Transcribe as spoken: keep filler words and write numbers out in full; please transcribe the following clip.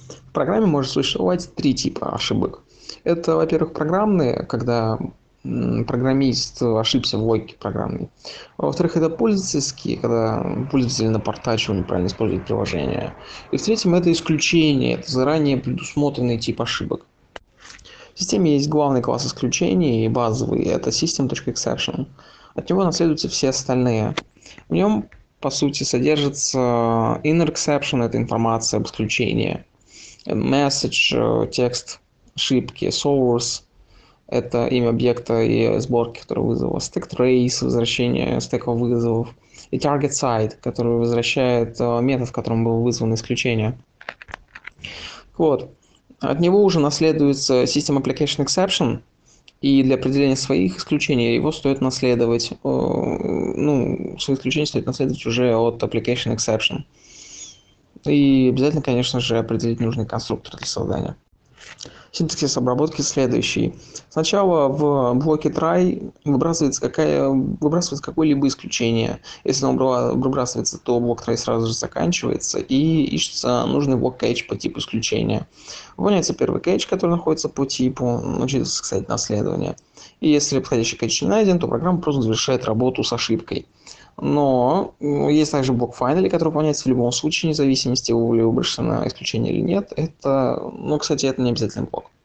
В программе может существовать три типа ошибок. Это, во-первых, программные, когда м, программист ошибся в логике программной. Во-вторых, это пользовательские, когда пользователь напортачил, неправильно использует приложение. И в-третьем, это исключение, это заранее предусмотренный тип ошибок. В системе есть главный класс исключений и базовый, это system.exception. От него наследуются все остальные. В нем, по сути, содержится inner exception, это информация об исключении, message, текст ошибки, source, это имя объекта и сборки, который вызова, stack trace, возвращение стеков вызовов, и target side, который возвращает метод, в котором было вызвано исключение. Вот. От него уже наследуется System Application Exception, и для определения своих исключений его стоит наследовать, ну, свои исключения стоит наследовать уже от Application Exception. И обязательно, конечно же, определить нужный конструктор для создания. Синтаксис обработки следующий. Сначала в блоке try выбрасывается, какая, выбрасывается какое-либо исключение. Если оно выбрасывается, то блок try сразу же заканчивается и ищется нужный блок catch по типу исключения. Выполняется первый catch, который находится по типу, учитывается, кстати, наследование. И если подходящий catch не найден, то программа просто завершает работу с ошибкой. Но есть также блок finally, который выполняется в любом случае, вне зависимости, ли выброшено исключение или нет. Это, ну, кстати, это не обязательный блок.